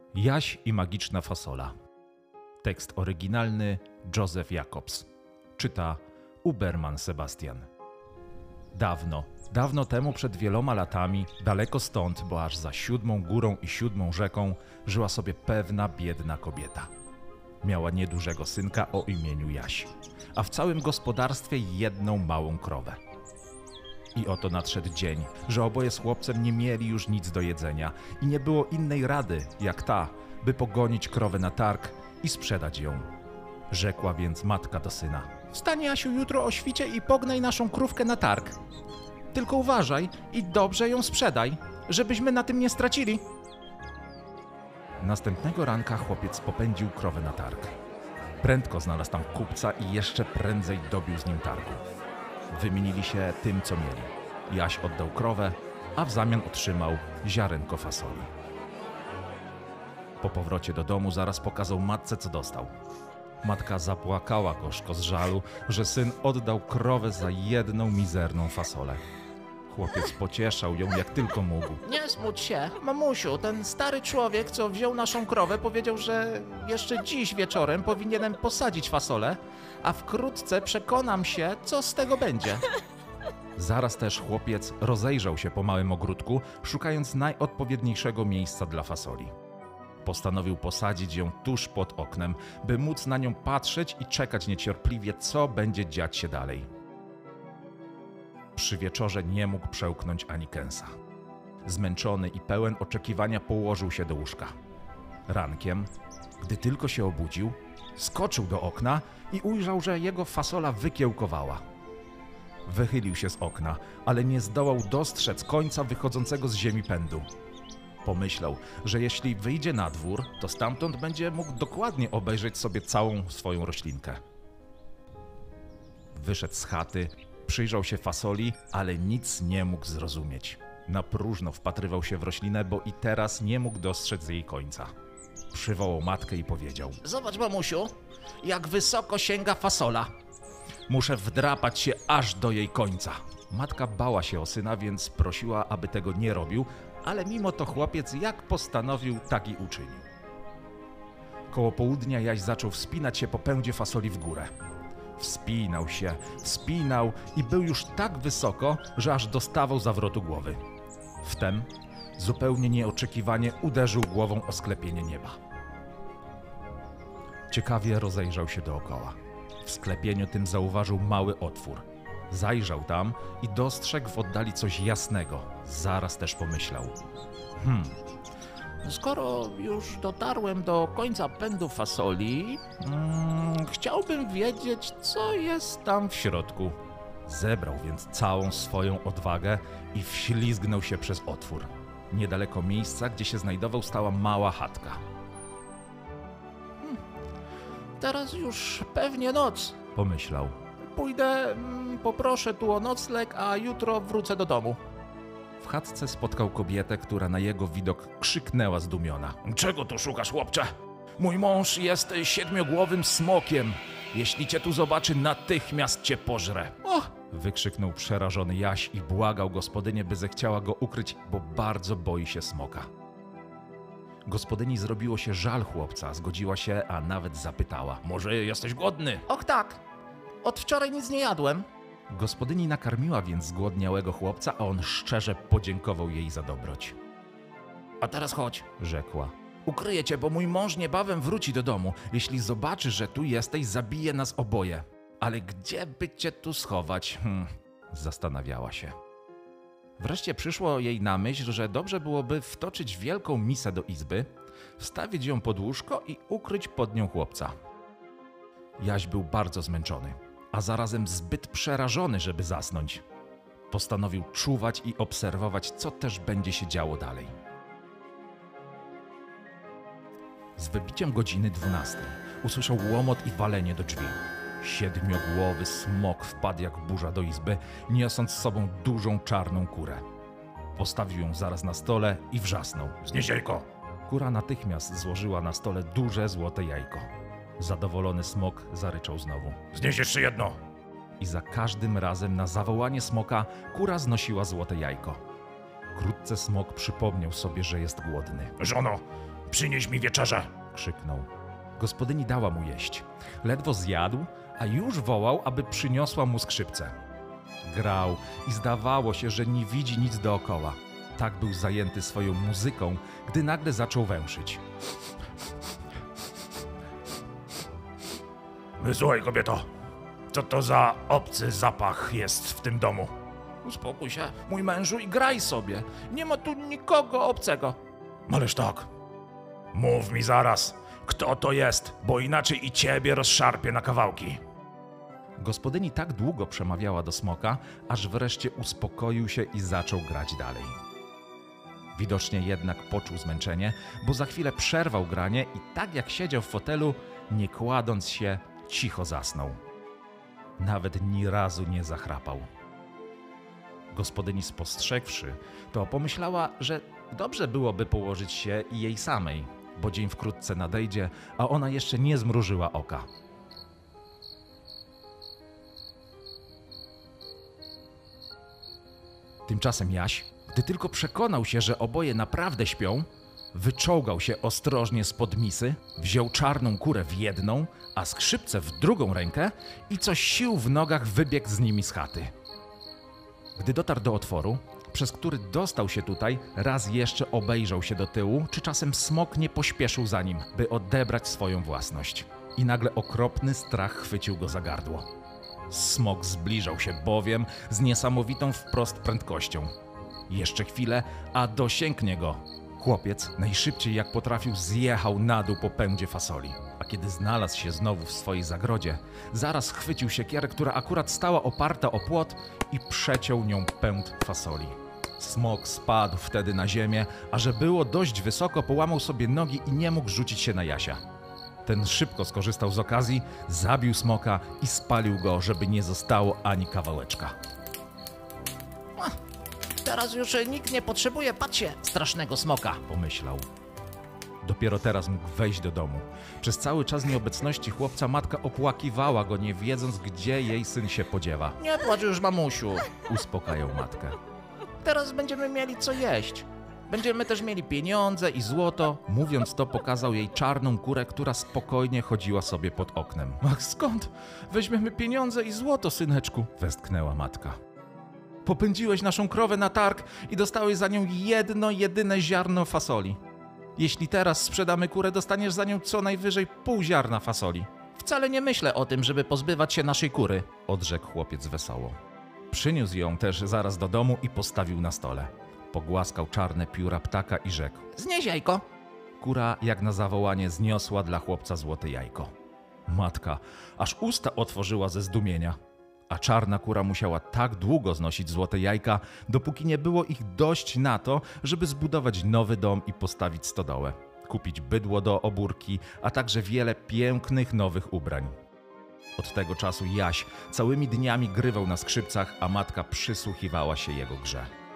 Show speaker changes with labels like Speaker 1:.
Speaker 1: Jaś i magiczna fasola. Tekst oryginalny Józef Jacobs. Czyta Uberman Sebastian. Dawno temu, przed wieloma latami, daleko stąd, bo aż za 7 górą i 7 rzeką, żyła sobie pewna biedna kobieta. Miała niedużego synka o imieniu Jaś, a w całym gospodarstwie jedną małą krowę. I oto nadszedł dzień, że oboje z chłopcem nie mieli już nic do jedzenia i nie było innej rady, jak ta, by pogonić krowę na targ i sprzedać ją. Rzekła więc matka do syna: wstań, Jasiu, jutro o świcie i pognaj naszą krówkę na targ. Tylko uważaj i dobrze ją sprzedaj, żebyśmy na tym nie stracili. Następnego ranka chłopiec popędził krowę na targ. Prędko znalazł tam kupca i jeszcze prędzej dobił z nim targu. Wymienili się tym, co mieli. Jaś oddał krowę, a w zamian otrzymał ziarenko fasoli. Po powrocie do domu zaraz pokazał matce, co dostał. Matka zapłakała gorzko z żalu, że syn oddał krowę za jedną mizerną fasolę. Chłopiec pocieszał ją jak tylko mógł.
Speaker 2: Nie smuć się, mamusiu, ten stary człowiek, co wziął naszą krowę, powiedział, że jeszcze dziś wieczorem powinienem posadzić fasolę, a wkrótce przekonam się, co z tego będzie.
Speaker 1: Zaraz też chłopiec rozejrzał się po małym ogródku, szukając najodpowiedniejszego miejsca dla fasoli. Postanowił posadzić ją tuż pod oknem, by móc na nią patrzeć i czekać niecierpliwie, co będzie dziać się dalej. Przy wieczorze nie mógł przełknąć ani kęsa. Zmęczony i pełen oczekiwania położył się do łóżka. Rankiem, gdy tylko się obudził, skoczył do okna i ujrzał, że jego fasola wykiełkowała. Wychylił się z okna, ale nie zdołał dostrzec końca wychodzącego z ziemi pędu. Pomyślał, że jeśli wyjdzie na dwór, to stamtąd będzie mógł dokładnie obejrzeć sobie całą swoją roślinkę. Wyszedł z chaty, przyjrzał się fasoli, ale nic nie mógł zrozumieć. Na próżno wpatrywał się w roślinę, bo i teraz nie mógł dostrzec jej końca. Przywołał matkę i powiedział:
Speaker 2: Zobacz, mamusiu, jak wysoko sięga fasola.
Speaker 1: muszę wdrapać się aż do jej końca. Matka bała się o syna, więc prosiła, aby tego nie robił, ale mimo to chłopiec jak postanowił, tak i uczynił. Koło południa Jaś zaczął wspinać się po pędzie fasoli w górę. Wspinał i był już tak wysoko, że aż dostawał zawrotu głowy. Wtem, zupełnie nieoczekiwanie, uderzył głową o sklepienie nieba. Ciekawie rozejrzał się dookoła. W sklepieniu tym zauważył mały otwór. Zajrzał tam i dostrzegł w oddali coś jasnego. Zaraz też pomyślał:
Speaker 2: Skoro już dotarłem do końca pędu fasoli, chciałbym wiedzieć, co jest tam w środku.
Speaker 1: Zebrał więc całą swoją odwagę i wślizgnął się przez otwór. Niedaleko miejsca, gdzie się znajdował, stała mała chatka.
Speaker 2: Teraz już pewnie noc.
Speaker 1: Pomyślał.
Speaker 2: Pójdę, poproszę tu o nocleg, a jutro wrócę do domu.
Speaker 1: W chatce spotkał kobietę, która na jego widok krzyknęła zdumiona:
Speaker 2: Czego tu szukasz, chłopcze? Mój mąż jest 7-głowym smokiem. Jeśli cię tu zobaczy, natychmiast cię pożre.
Speaker 1: Wykrzyknął przerażony Jaś i błagał gospodynię, by zechciała go ukryć, bo bardzo boi się smoka. Gospodyni zrobiło się żal chłopca, zgodziła się, a nawet zapytała:
Speaker 2: Może jesteś głodny? Och tak, od wczoraj nic nie jadłem.
Speaker 1: Gospodyni nakarmiła więc zgłodniałego chłopca, a on szczerze podziękował jej za dobroć.
Speaker 2: A teraz chodź,
Speaker 1: Rzekła:
Speaker 2: ukryję cię, bo mój mąż niebawem wróci do domu.
Speaker 1: jeśli zobaczy, że tu jesteś, zabije nas oboje. Ale gdzie by cię tu schować? Zastanawiała się. Wreszcie przyszło jej na myśl, że dobrze byłoby wtoczyć wielką misę do izby, wstawić ją pod łóżko i ukryć pod nią chłopca. Jaś był bardzo zmęczony, a zarazem zbyt przerażony, żeby zasnąć. Postanowił czuwać i obserwować, co też będzie się działo dalej. Z wybiciem godziny 12 usłyszał łomot i walenie do drzwi. 7-głowy smok wpadł jak burza do izby, niosąc z sobą dużą czarną kurę. Postawił ją zaraz na stole i wrzasnął:
Speaker 2: Znieś jajko.
Speaker 1: Kura natychmiast złożyła na stole duże złote jajko. Zadowolony smok zaryczał znowu:
Speaker 2: Znieś jeszcze jedno.
Speaker 1: I za każdym razem na zawołanie smoka kura znosiła złote jajko. Wkrótce smok przypomniał sobie, że jest głodny.
Speaker 2: Żono,
Speaker 1: Przynieś mi wieczerzę! Krzyknął. Gospodyni dała mu jeść. Ledwo zjadł, a już wołał, aby przyniosła mu skrzypce. Grał i zdawało się, że nie widzi nic dookoła. Tak był zajęty swoją muzyką, gdy nagle zaczął węszyć. Słuchaj, kobieto, co to za obcy zapach jest w tym domu?
Speaker 2: Uspokój się, mój mężu, i graj sobie. Nie ma tu nikogo obcego.
Speaker 1: Ależ tak. Mów mi zaraz, kto to jest, bo inaczej i ciebie rozszarpię na kawałki. Gospodyni tak długo przemawiała do smoka, aż wreszcie uspokoił się i zaczął grać dalej. Widocznie jednak poczuł zmęczenie, bo za chwilę przerwał granie i tak jak siedział w fotelu, nie kładąc się, cicho zasnął. Nawet ni razu nie zachrapał. Gospodyni spostrzegłszy, to pomyślała, że dobrze byłoby położyć się i jej samej, bo dzień wkrótce nadejdzie, a ona jeszcze nie zmrużyła oka. Tymczasem Jaś, gdy tylko przekonał się, że oboje naprawdę śpią, wyczołgał się ostrożnie spod misy, wziął czarną kurę w jedną, a skrzypce w drugą rękę i co sił w nogach wybiegł z nimi z chaty. Gdy dotarł do otworu, przez który dostał się tutaj, raz jeszcze obejrzał się do tyłu, czy czasem smok nie pośpieszył za nim, by odebrać swoją własność. I nagle okropny strach chwycił go za gardło. Smok zbliżał się bowiem z niesamowitą wprost prędkością. Jeszcze chwilę, a dosięgnie go. Chłopiec najszybciej jak potrafił zjechał na dół po pędzie fasoli. A kiedy znalazł się znowu w swojej zagrodzie, zaraz chwycił siekierę, która akurat stała oparta o płot i przeciął nią pęd fasoli. Smok spadł wtedy na ziemię, a że było dość wysoko, połamał sobie nogi i nie mógł rzucić się na Jasia. Ten szybko skorzystał z okazji, zabił smoka i spalił go, żeby nie zostało ani kawałeczka.
Speaker 2: Teraz już nikt nie potrzebuje, patrzcie, strasznego smoka,
Speaker 1: pomyślał. Dopiero teraz mógł wejść do domu. Przez cały czas nieobecności chłopca matka opłakiwała go, nie wiedząc, gdzie jej syn się podziewa.
Speaker 2: Nie płacz już, mamusiu.
Speaker 1: Uspokajał matkę.
Speaker 2: Teraz będziemy mieli co jeść. Będziemy też mieli pieniądze i złoto.
Speaker 1: Mówiąc to, pokazał jej czarną kurę, która spokojnie chodziła sobie pod oknem.
Speaker 2: Ach, skąd weźmiemy pieniądze i złoto, syneczku?
Speaker 1: Westchnęła matka.
Speaker 2: Popędziłeś naszą krowę na targ i dostałeś za nią jedno jedyne ziarno fasoli. Jeśli teraz sprzedamy kurę, dostaniesz za nią co najwyżej pół ziarna fasoli. Wcale nie myślę o tym, żeby pozbywać się naszej kury,
Speaker 1: odrzekł chłopiec wesoło. Przyniósł ją też zaraz do domu i postawił na stole. Pogłaskał czarne pióra ptaka i rzekł:
Speaker 2: znieś jajko.
Speaker 1: Kura jak na zawołanie zniosła dla chłopca złote jajko. Matka aż usta otworzyła ze zdumienia. A czarna kura musiała tak długo znosić złote jajka, dopóki nie było ich dość na to, żeby zbudować nowy dom i postawić stodołę, kupić bydło do obórki, a także wiele pięknych nowych ubrań. Od tego czasu Jaś całymi dniami grywał na skrzypcach, a matka przysłuchiwała się jego grze.